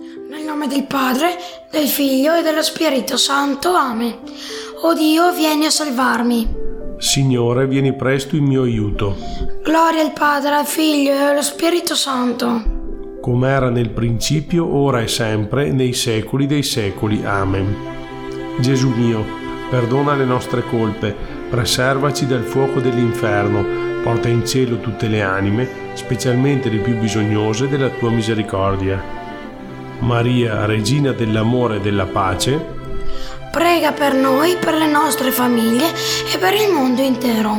Nel nome del Padre, del Figlio e dello Spirito Santo. Amen. O Dio, vieni a salvarmi. Signore, vieni presto in mio aiuto. Gloria al Padre, al Figlio e allo Spirito Santo. Come era nel principio, ora e sempre, nei secoli dei secoli. Amen. Gesù mio, perdona le nostre colpe, preservaci dal fuoco dell'inferno, porta in cielo tutte le anime, specialmente le più bisognose della tua misericordia. Maria, Regina dell'amore e della pace, prega per noi, per le nostre famiglie e per il mondo intero.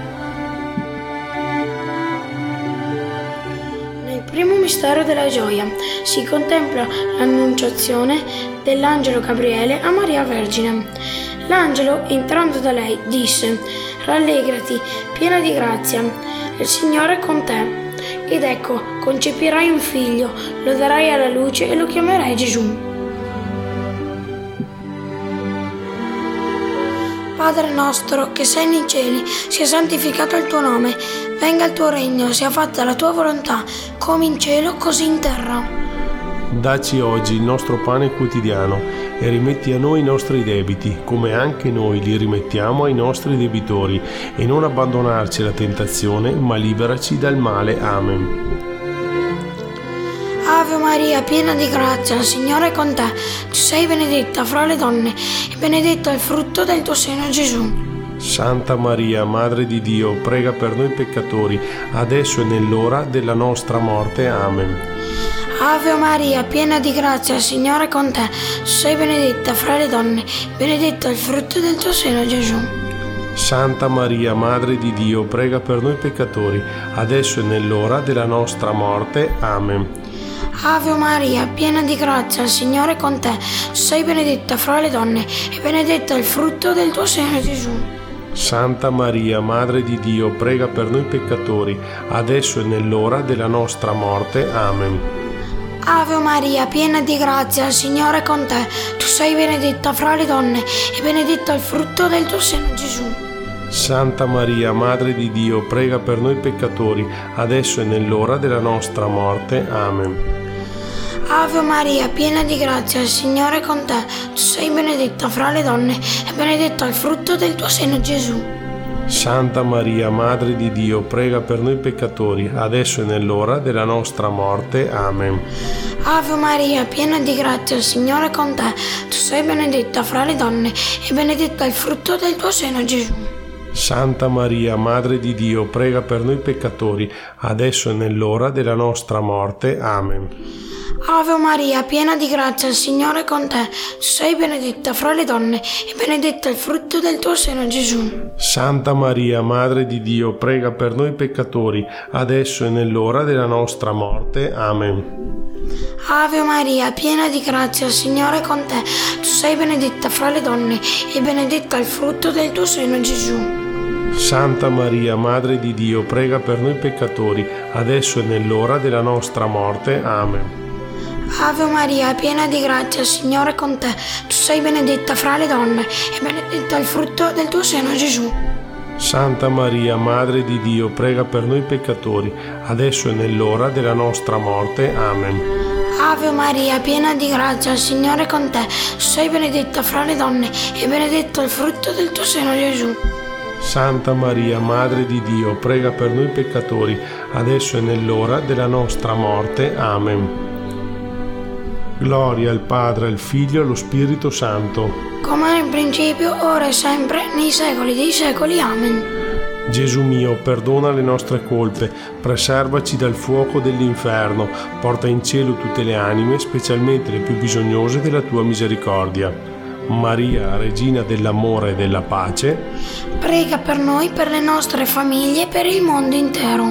Nel primo mistero della gioia si contempla l'annunciazione dell'angelo Gabriele a Maria Vergine. L'angelo, entrando da lei, disse: «Rallegrati, piena di grazia, il Signore è con te. Ed ecco, concepirai un figlio, lo darai alla luce e lo chiamerai Gesù». Padre nostro che sei nei cieli, sia santificato il tuo nome, venga il tuo regno, sia fatta la tua volontà, come in cielo così in terra. Dacci oggi il nostro pane quotidiano e rimetti a noi i nostri debiti, come anche noi li rimettiamo ai nostri debitori, e non abbandonarci alla tentazione, ma liberaci dal male. Amen. Ave Maria, piena di grazia, il Signore è con te. Tu sei benedetta fra le donne, e benedetto è il frutto del tuo seno, Gesù. Santa Maria, Madre di Dio, prega per noi peccatori, adesso e nell'ora della nostra morte. Amen. Ave Maria, piena di grazia, il Signore è con te. Tu sei benedetta fra le donne, benedetto è il frutto del tuo seno, Gesù. Santa Maria, Madre di Dio, prega per noi peccatori, adesso e nell'ora della nostra morte. Amen. Ave Maria, piena di grazia, il Signore è con te. Tu sei benedetta fra le donne, e benedetto è il frutto del tuo seno, Gesù. Santa Maria, Madre di Dio, prega per noi peccatori, adesso e nell'ora della nostra morte. Amen. Ave Maria, piena di grazia, il Signore è con te. Tu sei benedetta fra le donne, e benedetto è il frutto del tuo seno, Gesù. Santa Maria, Madre di Dio, prega per noi peccatori, adesso e nell'ora della nostra morte. Amen. Ave Maria, piena di grazia, il Signore è con te. Tu sei benedetta fra le donne, e benedetto è il frutto del tuo seno, Gesù. Santa Maria, Madre di Dio, prega per noi peccatori, adesso e nell'ora della nostra morte. Amen. Ave Maria, piena di grazia, il Signore è con te. Tu sei benedetta fra le donne, e benedetto è il frutto del tuo seno, Gesù. Santa Maria, Madre di Dio, prega per noi peccatori, adesso e nell'ora della nostra morte. Amen. Ave Maria, piena di grazia, il Signore è con te. Tu sei benedetta fra le donne, e benedetto è il frutto del tuo seno, Gesù. Santa Maria, Madre di Dio, prega per noi peccatori, adesso e nell'ora della nostra morte. Amen. Ave Maria, piena di grazia, il Signore è con te. Tu sei benedetta fra le donne, e benedetto è il frutto del tuo seno, Gesù. Santa Maria, Madre di Dio, prega per noi peccatori, adesso e nell'ora della nostra morte. Amen. Ave Maria, piena di grazia, il Signore è con te. Tu sei benedetta fra le donne, e benedetto è il frutto del tuo seno, Gesù. Santa Maria, Madre di Dio, prega per noi peccatori, adesso e nell'ora della nostra morte. Amen. Ave Maria, piena di grazia, il Signore è con te. Tu sei benedetta fra le donne, e benedetto è il frutto del tuo seno, Gesù. Santa Maria, Madre di Dio, prega per noi peccatori, adesso e nell'ora della nostra morte. Amen. Gloria al Padre, al Figlio e allo Spirito Santo, come nel principio, ora e sempre, nei secoli dei secoli. Amen. Gesù mio, perdona le nostre colpe, preservaci dal fuoco dell'inferno, porta in cielo tutte le anime, specialmente le più bisognose della tua misericordia. Maria, Regina dell'amore e della pace, prega per noi, per le nostre famiglie e per il mondo intero.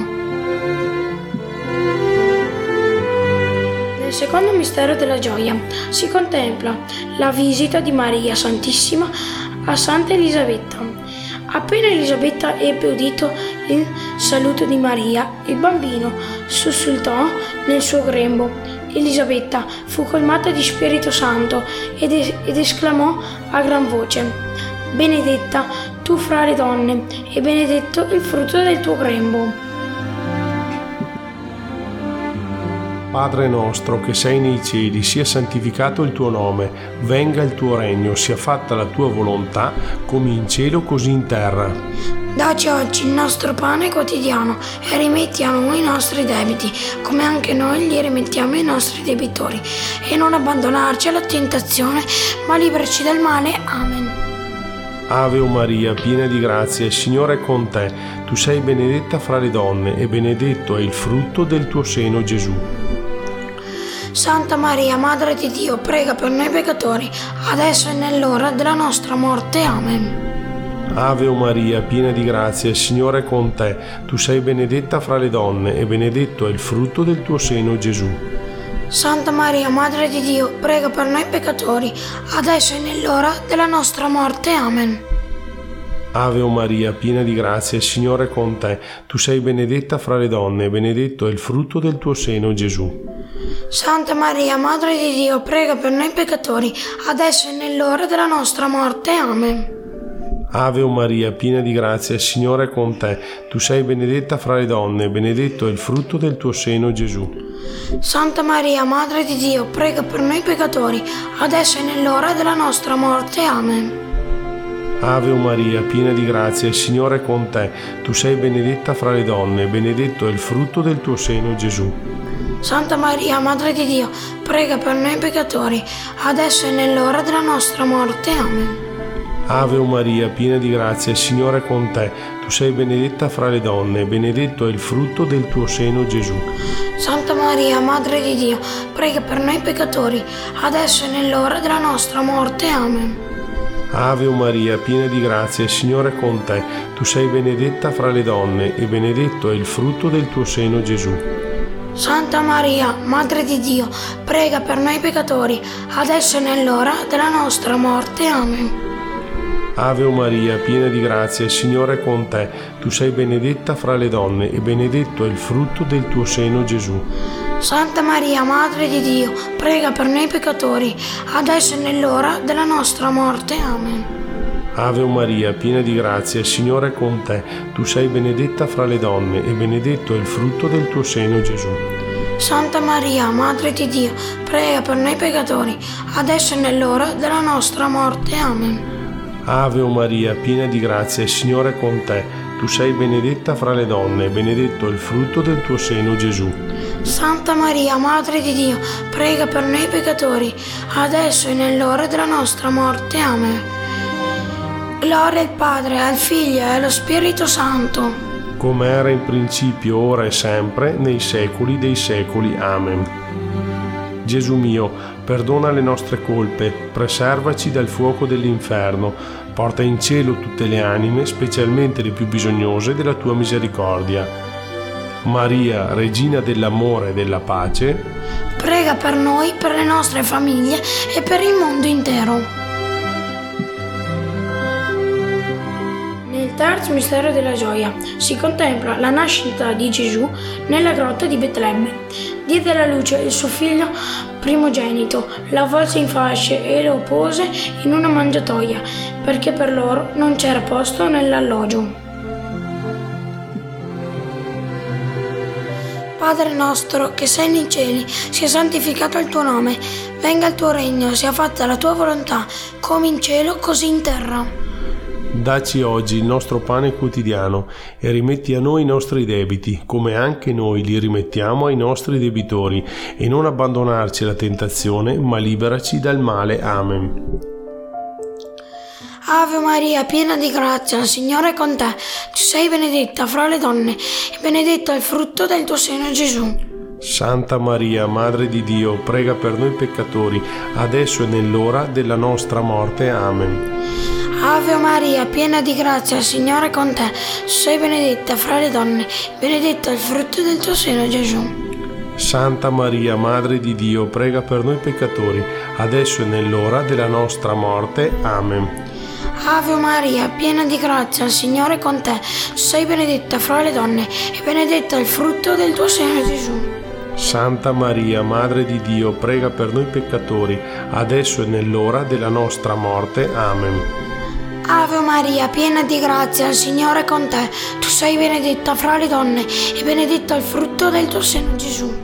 Nel secondo mistero della gioia si contempla la visita di Maria Santissima a Santa Elisabetta. Appena Elisabetta ebbe udito il saluto di Maria, il bambino sussultò nel suo grembo. Elisabetta fu colmata di Spirito Santo ed esclamò a gran voce: «Benedetta tu fra le donne, e benedetto il frutto del tuo grembo». Padre nostro che sei nei cieli, sia santificato il tuo nome, venga il tuo regno, sia fatta la tua volontà, come in cielo così in terra. Dacci oggi il nostro pane quotidiano e rimetti a noi i nostri debiti, come anche noi li rimettiamo ai nostri debitori. E non abbandonarci alla tentazione, ma liberaci dal male. Amen. Ave Maria, piena di grazia, il Signore è con te. Tu sei benedetta fra le donne e benedetto è il frutto del tuo seno, Gesù. Santa Maria, Madre di Dio, prega per noi peccatori, adesso e nell'ora della nostra morte. Amen. Ave Maria, piena di grazia, il Signore è con te. Tu sei benedetta fra le donne e benedetto è il frutto del tuo seno, Gesù. Santa Maria, Madre di Dio, prega per noi peccatori, adesso e nell'ora della nostra morte. Amen. Ave Maria, piena di grazia, il Signore è con te. Tu sei benedetta fra le donne e benedetto è il frutto del tuo seno, Gesù. Santa Maria, Madre di Dio, prega per noi peccatori, adesso e nell'ora della nostra morte. Amen. Ave Maria, piena di grazia, il Signore è con te. Tu sei benedetta fra le donne e benedetto è il frutto del tuo seno, Gesù. Santa Maria, Madre di Dio, prega per noi peccatori, adesso e nell'ora della nostra morte. Amen. Ave Maria, piena di grazia, il Signore è con te. Tu sei benedetta fra le donne e benedetto è il frutto del tuo seno, Gesù. Santa Maria, Madre di Dio, prega per noi peccatori, adesso e nell'ora della nostra morte. Amen. Ave Maria, piena di grazia, il Signore è con te. Tu sei benedetta fra le donne e benedetto è il frutto del tuo seno, Gesù. Santa Maria, Madre di Dio, prega per noi peccatori, adesso e nell'ora della nostra morte. Amen. Ave Maria, piena di grazia, il Signore è con te. Tu sei benedetta fra le donne e benedetto è il frutto del tuo seno, Gesù. Santa Maria, Madre di Dio, prega per noi peccatori, adesso e nell'ora della nostra morte. Amen. Ave Maria, piena di grazia, il Signore è con te. Tu sei benedetta fra le donne e benedetto è il frutto del tuo seno, Gesù. Santa Maria, Madre di Dio, prega per noi peccatori, adesso e nell'ora della nostra morte. Amen. Ave Maria, piena di grazia, il Signore è con te. Tu sei benedetta fra le donne e benedetto è il frutto del tuo seno, Gesù. Santa Maria, Madre di Dio, prega per noi peccatori, adesso e nell'ora della nostra morte. Amen. Ave Maria, piena di grazia, il Signore è con te. Tu sei benedetta fra le donne e benedetto è il frutto del tuo seno, Gesù. Santa Maria, Madre di Dio, prega per noi peccatori, adesso e nell'ora della nostra morte. Amen. Gloria al Padre, al Figlio e allo Spirito Santo, come era in principio, ora e sempre, nei secoli dei secoli. Amen. Gesù mio, perdona le nostre colpe, preservaci dal fuoco dell'inferno, porta in cielo tutte le anime, specialmente le più bisognose della tua misericordia. Maria, Regina dell'amore e della pace, prega per noi, per le nostre famiglie e per il mondo intero. Nel terzo mistero della gioia si contempla la nascita di Gesù nella grotta di Betlemme. Diede alla luce il suo figlio primogenito, l'avvolse in fasce e lo pose in una mangiatoia, perché per loro non c'era posto nell'alloggio. Padre nostro che sei nei cieli, sia santificato il tuo nome, venga il tuo regno, sia fatta la tua volontà, come in cielo così in terra. Dacci oggi il nostro pane quotidiano e rimetti a noi i nostri debiti, come anche noi li rimettiamo ai nostri debitori, e non abbandonarci alla tentazione, ma liberaci dal male. Amen. Ave Maria, piena di grazia, il Signore è con te. Tu sei benedetta fra le donne e benedetto è il frutto del tuo seno, Gesù. Santa Maria, Madre di Dio, prega per noi peccatori, adesso e nell'ora della nostra morte. Amen. Ave Maria, piena di grazia, il Signore è con te. Tu sei benedetta fra le donne, benedetto è il frutto del tuo seno, Gesù. Santa Maria, Madre di Dio, prega per noi peccatori, adesso e nell'ora della nostra morte. Amen. Ave Maria, piena di grazia, il Signore è con te. Tu sei benedetta fra le donne e benedetto è il frutto del tuo seno, Gesù. Santa Maria, Madre di Dio, prega per noi peccatori, adesso e nell'ora della nostra morte. Amen. Ave Maria, piena di grazia, il Signore è con te. Tu sei benedetta fra le donne e benedetto è il frutto del tuo seno, Gesù.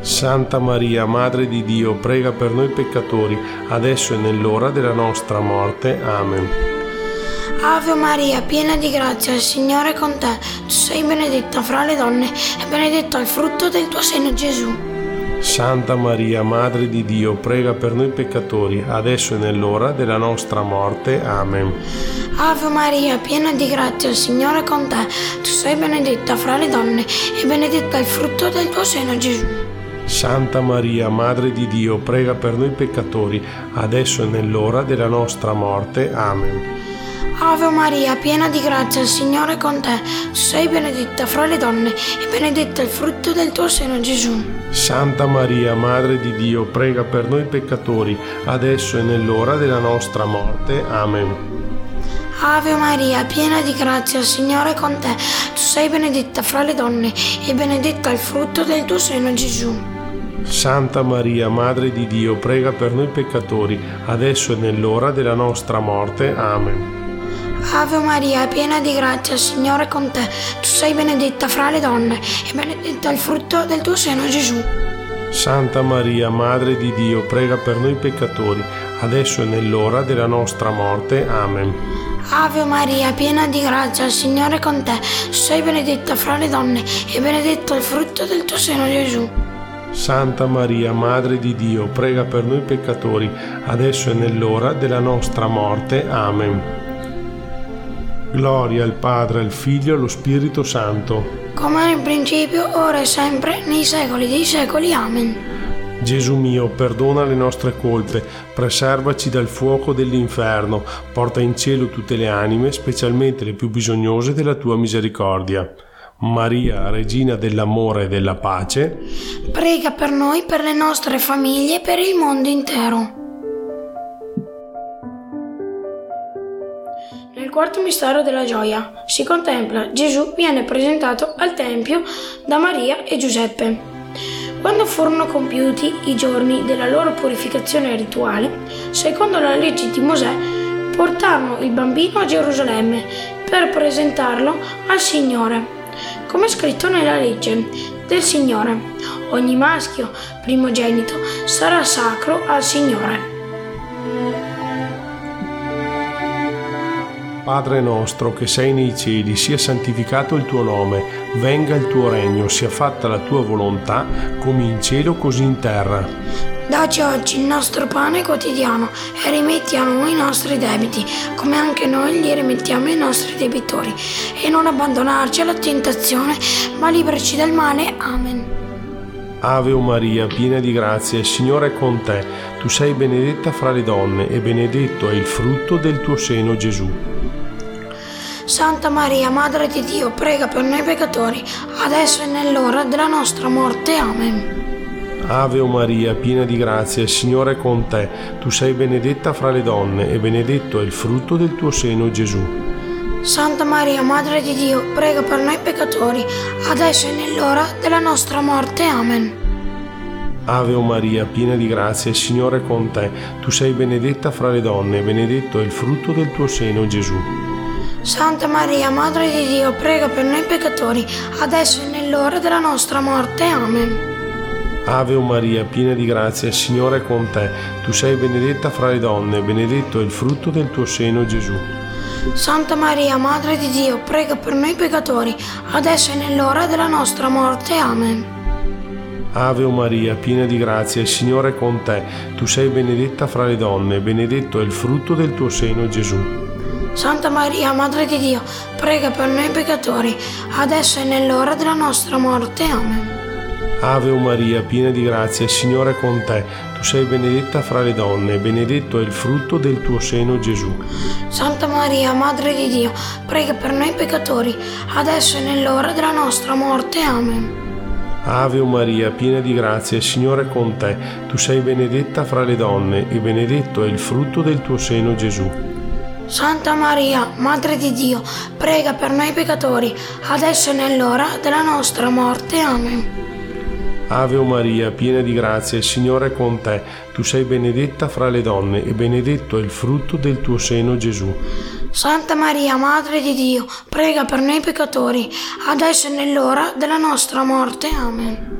Santa Maria, Madre di Dio, prega per noi peccatori, adesso e nell'ora della nostra morte. Amen. Ave Maria, piena di grazia, il Signore è con te. Tu sei benedetta fra le donne e benedetto è il frutto del tuo seno, Gesù. Santa Maria, Madre di Dio, prega per noi peccatori, adesso e nell'ora della nostra morte. Amen. Ave Maria, piena di grazia, il Signore è con te. Tu sei benedetta fra le donne e benedetto è il frutto del tuo seno, Gesù. Santa Maria, Madre di Dio, prega per noi peccatori, adesso e nell'ora della nostra morte. Amen. Ave Maria, piena di grazia, il Signore è con te. Tu sei benedetta fra le donne e benedetto è il frutto del tuo seno, Gesù. Santa Maria, Madre di Dio, prega per noi peccatori, adesso e nell'ora della nostra morte. Amen. Ave Maria, piena di grazia, il Signore è con te. Tu sei benedetta fra le donne e benedetto è il frutto del tuo seno, Gesù. Santa Maria, Madre di Dio, prega per noi peccatori, adesso e nell'ora della nostra morte. Amen. Ave Maria, piena di grazia, il Signore è con te. Tu sei benedetta fra le donne e benedetto è il frutto del tuo seno, Gesù. Santa Maria, Madre di Dio, prega per noi peccatori, adesso e nell'ora della nostra morte. Amen. Ave Maria, piena di grazia, il Signore è con te. Tu sei benedetta fra le donne e benedetto è il frutto del tuo seno, Gesù. Santa Maria, Madre di Dio, prega per noi peccatori, adesso e nell'ora della nostra morte. Amen. Gloria al Padre, al Figlio e allo Spirito Santo, come era in principio, ora e sempre, nei secoli dei secoli. Amen. Gesù mio, perdona le nostre colpe, preservaci dal fuoco dell'inferno, porta in cielo tutte le anime, specialmente le più bisognose della tua misericordia. Maria, Regina dell'amore e della pace, prega per noi, per le nostre famiglie e per il mondo intero. Nel quarto mistero della gioia si contempla Gesù viene presentato al Tempio da Maria e Giuseppe. Quando furono compiuti i giorni della loro purificazione rituale, secondo la legge di Mosè, portarono il bambino a Gerusalemme per presentarlo al Signore. Come è scritto nella legge del Signore, ogni maschio primogenito sarà sacro al Signore. Padre nostro che sei nei cieli, sia santificato il tuo nome, venga il tuo regno, sia fatta la tua volontà, come in cielo così in terra. Dacci oggi il nostro pane quotidiano e rimetti a noi i nostri debiti, come anche noi li rimettiamo ai nostri debitori. E non abbandonarci alla tentazione, ma liberaci dal male. Amen. Ave Maria, piena di grazia, il Signore è con te. Tu sei benedetta fra le donne e benedetto è il frutto del tuo seno, Gesù. Santa Maria, Madre di Dio, prega per noi peccatori, adesso e nell'ora della nostra morte. Amen. Ave Maria, piena di grazia, il Signore è con te. Tu sei benedetta fra le donne e benedetto è il frutto del tuo seno, Gesù. Santa Maria, Madre di Dio, prega per noi peccatori, adesso e nell'ora della nostra morte. Amen. Ave Maria, piena di grazia, il Signore è con te. Tu sei benedetta fra le donne e benedetto è il frutto del tuo seno, Gesù. Santa Maria, Madre di Dio, prega per noi peccatori, adesso e nell'ora della nostra morte. Amen. Ave Maria, piena di grazia, il Signore è con te. Tu sei benedetta fra le donne e benedetto è il frutto del tuo seno, Gesù. Santa Maria, Madre di Dio, prega per noi peccatori, adesso e nell'ora della nostra morte. Amen. Ave Maria, piena di grazia, il Signore è con te. Tu sei benedetta fra le donne e benedetto è il frutto del tuo seno, Gesù. Santa Maria, Madre di Dio, prega per noi peccatori, adesso e nell'ora della nostra morte. Amen. Ave Maria, piena di grazia, il Signore è con te. Tu sei benedetta fra le donne e benedetto è il frutto del tuo seno, Gesù. Santa Maria, Madre di Dio, prega per noi peccatori, adesso e nell'ora della nostra morte. Amen. Ave Maria, piena di grazia, il Signore è con te. Tu sei benedetta fra le donne e benedetto è il frutto del tuo seno, Gesù. Santa Maria, Madre di Dio, prega per noi peccatori, adesso e nell'ora della nostra morte. Amen. Ave Maria, piena di grazia, il Signore è con te. Tu sei benedetta fra le donne e benedetto è il frutto del tuo seno, Gesù. Santa Maria, Madre di Dio, prega per noi peccatori, adesso e nell'ora della nostra morte. Amen.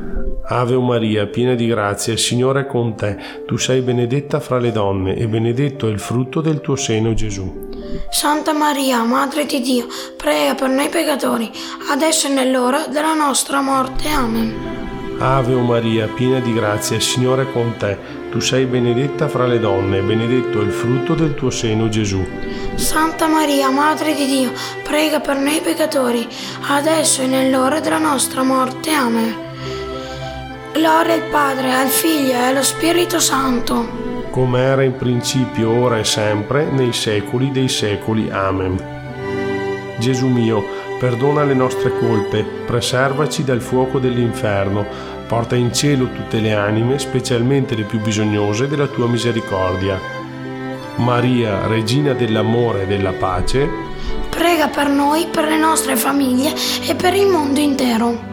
Ave Maria, piena di grazia, il Signore è con te. Tu sei benedetta fra le donne e benedetto è il frutto del tuo seno, Gesù. Santa Maria, Madre di Dio, prega per noi peccatori, adesso e nell'ora della nostra morte. Amen. Ave Maria, piena di grazia, il Signore è con te. Tu sei benedetta fra le donne e benedetto è il frutto del tuo seno, Gesù. Santa Maria, Madre di Dio, prega per noi peccatori, adesso e nell'ora della nostra morte. Amen. Gloria al Padre, al Figlio e allo Spirito Santo, come era in principio, ora e sempre, nei secoli dei secoli. Amen. Gesù mio, perdona le nostre colpe, preservaci dal fuoco dell'inferno, porta in cielo tutte le anime, specialmente le più bisognose della tua misericordia. Maria, Regina dell'amore e della pace, prega per noi, per le nostre famiglie e per il mondo intero.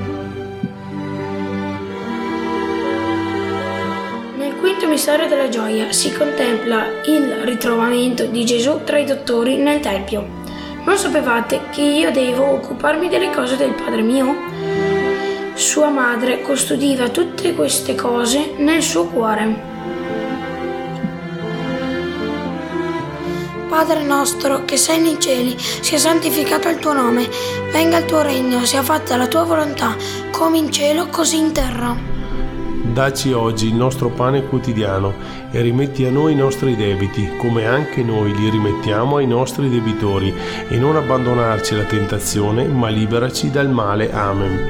Nel quinto mistero della gioia si contempla il ritrovamento di Gesù tra i dottori nel Tempio. Non sapevate che io devo occuparmi delle cose del Padre mio? Sua madre custodiva tutte queste cose nel suo cuore. Padre nostro che sei nei cieli, sia santificato il tuo nome, venga il tuo regno, sia fatta la tua volontà, come in cielo così in terra. Dacci oggi il nostro pane quotidiano e rimetti a noi i nostri debiti, come anche noi li rimettiamo ai nostri debitori, e non abbandonarci alla tentazione, ma liberaci dal male. Amen.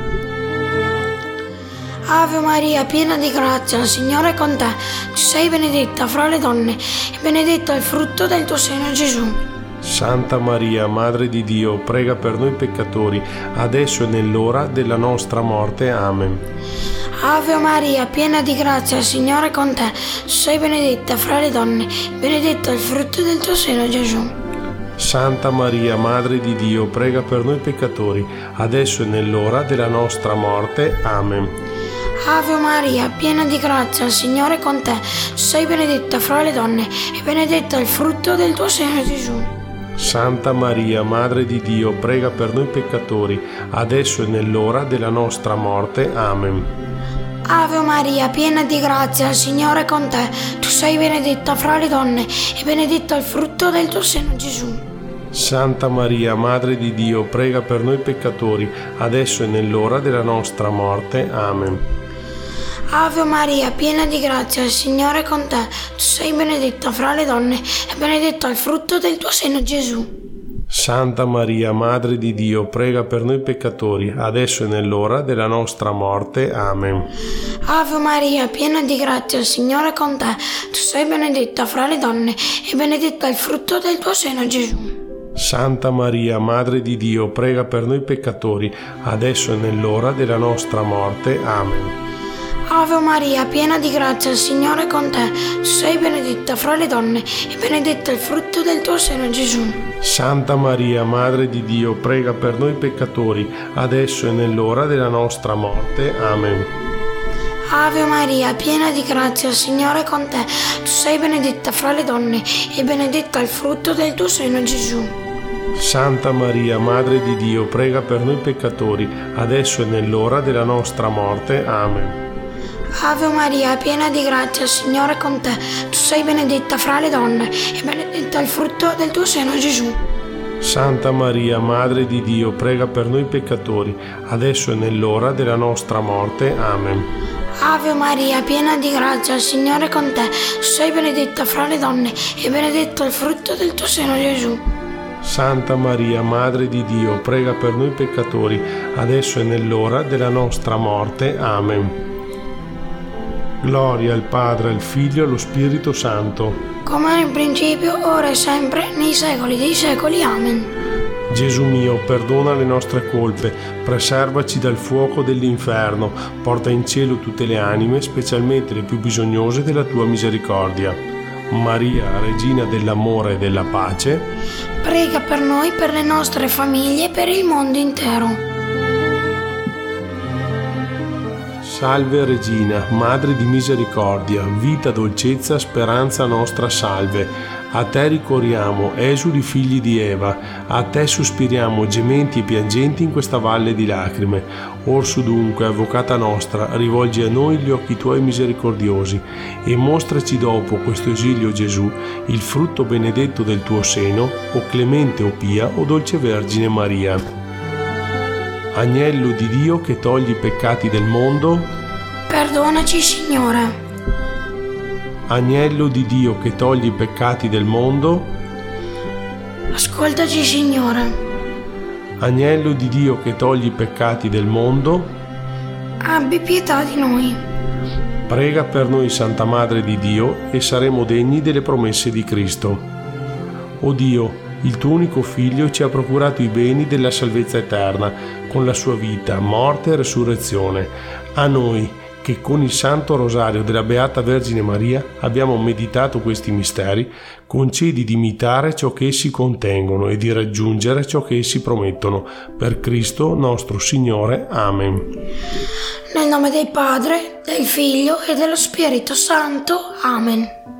Ave Maria, piena di grazia, il Signore è con te. Tu sei benedetta fra le donne, e benedetto è il frutto del tuo seno, Gesù. Santa Maria, Madre di Dio, prega per noi peccatori, adesso e nell'ora della nostra morte. Amen. Ave Maria, piena di grazia, il Signore è con te. Tu sei benedetta fra le donne, benedetto è il frutto del tuo seno, Gesù. Santa Maria, Madre di Dio, prega per noi peccatori, adesso e nell'ora della nostra morte. Amen. Ave Maria, piena di grazia, il Signore è con te. Tu sei benedetta fra le donne, e benedetto è il frutto del tuo seno, Gesù. Santa Maria, Madre di Dio, prega per noi peccatori, adesso e nell'ora della nostra morte. Amen. Ave Maria, piena di grazia, il Signore è con te. Tu sei benedetta fra le donne, e benedetto è il frutto del tuo seno, Gesù. Santa Maria, Madre di Dio, prega per noi peccatori, adesso e nell'ora della nostra morte. Amen. Ave Maria, piena di grazia, il Signore è con te. Tu sei benedetta fra le donne, e benedetto è il frutto del tuo seno, Gesù. Santa Maria, Madre di Dio, prega per noi peccatori, adesso e nell'ora della nostra morte. Amen. Ave Maria, piena di grazia, il Signore è con te. Tu sei benedetta fra le donne, e benedetto è il frutto del tuo seno, Gesù. Santa Maria, Madre di Dio, prega per noi peccatori, adesso e nell'ora della nostra morte. Amen. Ave Maria, piena di grazia, il Signore è con te. Tu sei benedetta fra le donne, e benedetto è il frutto del tuo seno, Gesù. Santa Maria, Madre di Dio, prega per noi peccatori, adesso e nell'ora della nostra morte. Amen. Ave Maria, piena di grazia, il Signore è con te. Tu sei benedetta fra le donne, e benedetto è il frutto del tuo seno, Gesù. Santa Maria, Madre di Dio, prega per noi peccatori, adesso e nell'ora della nostra morte. Amen. Ave Maria, piena di grazia, il Signore è con te. Tu sei benedetta fra le donne, e benedetto è il frutto del tuo seno, Gesù. Santa Maria, Madre di Dio, prega per noi peccatori, adesso e nell'ora della nostra morte. Amen. Ave Maria, piena di grazia, il Signore è con te. Tu sei benedetta fra le donne, e benedetto è il frutto del tuo seno, Gesù. Santa Maria, Madre di Dio, prega per noi peccatori, adesso e nell'ora della nostra morte. Amen. Gloria al Padre, al Figlio e allo Spirito Santo, come era in principio, ora e sempre, nei secoli dei secoli. Amen. Gesù mio, perdona le nostre colpe, preservaci dal fuoco dell'inferno, porta in cielo tutte le anime, specialmente le più bisognose della tua misericordia. Maria, Regina dell'amore e della pace, prega per noi, per le nostre famiglie e per il mondo intero. Salve Regina, Madre di misericordia, vita, dolcezza, speranza nostra, salve. A te ricorriamo, esuli figli di Eva, a te sospiriamo gementi e piangenti in questa valle di lacrime. Orsu dunque, avvocata nostra, rivolgi a noi gli occhi tuoi misericordiosi e mostraci dopo questo esilio Gesù, il frutto benedetto del tuo seno, o clemente o pia o dolce Vergine Maria. Agnello di Dio che togli i peccati del mondo, perdonaci, Signore. Agnello di Dio che togli i peccati del mondo, ascoltaci, Signore. Agnello di Dio che togli i peccati del mondo, abbi pietà di noi. Prega per noi, Santa Madre di Dio, e saremo degni delle promesse di Cristo. O Dio, il tuo unico Figlio ci ha procurato i beni della salvezza eterna con la sua vita, morte e resurrezione. A noi, che con il Santo Rosario della Beata Vergine Maria abbiamo meditato questi misteri, concedi di imitare ciò che essi contengono e di raggiungere ciò che essi promettono. Per Cristo nostro Signore. Amen. Nel nome del Padre, del Figlio e dello Spirito Santo. Amen.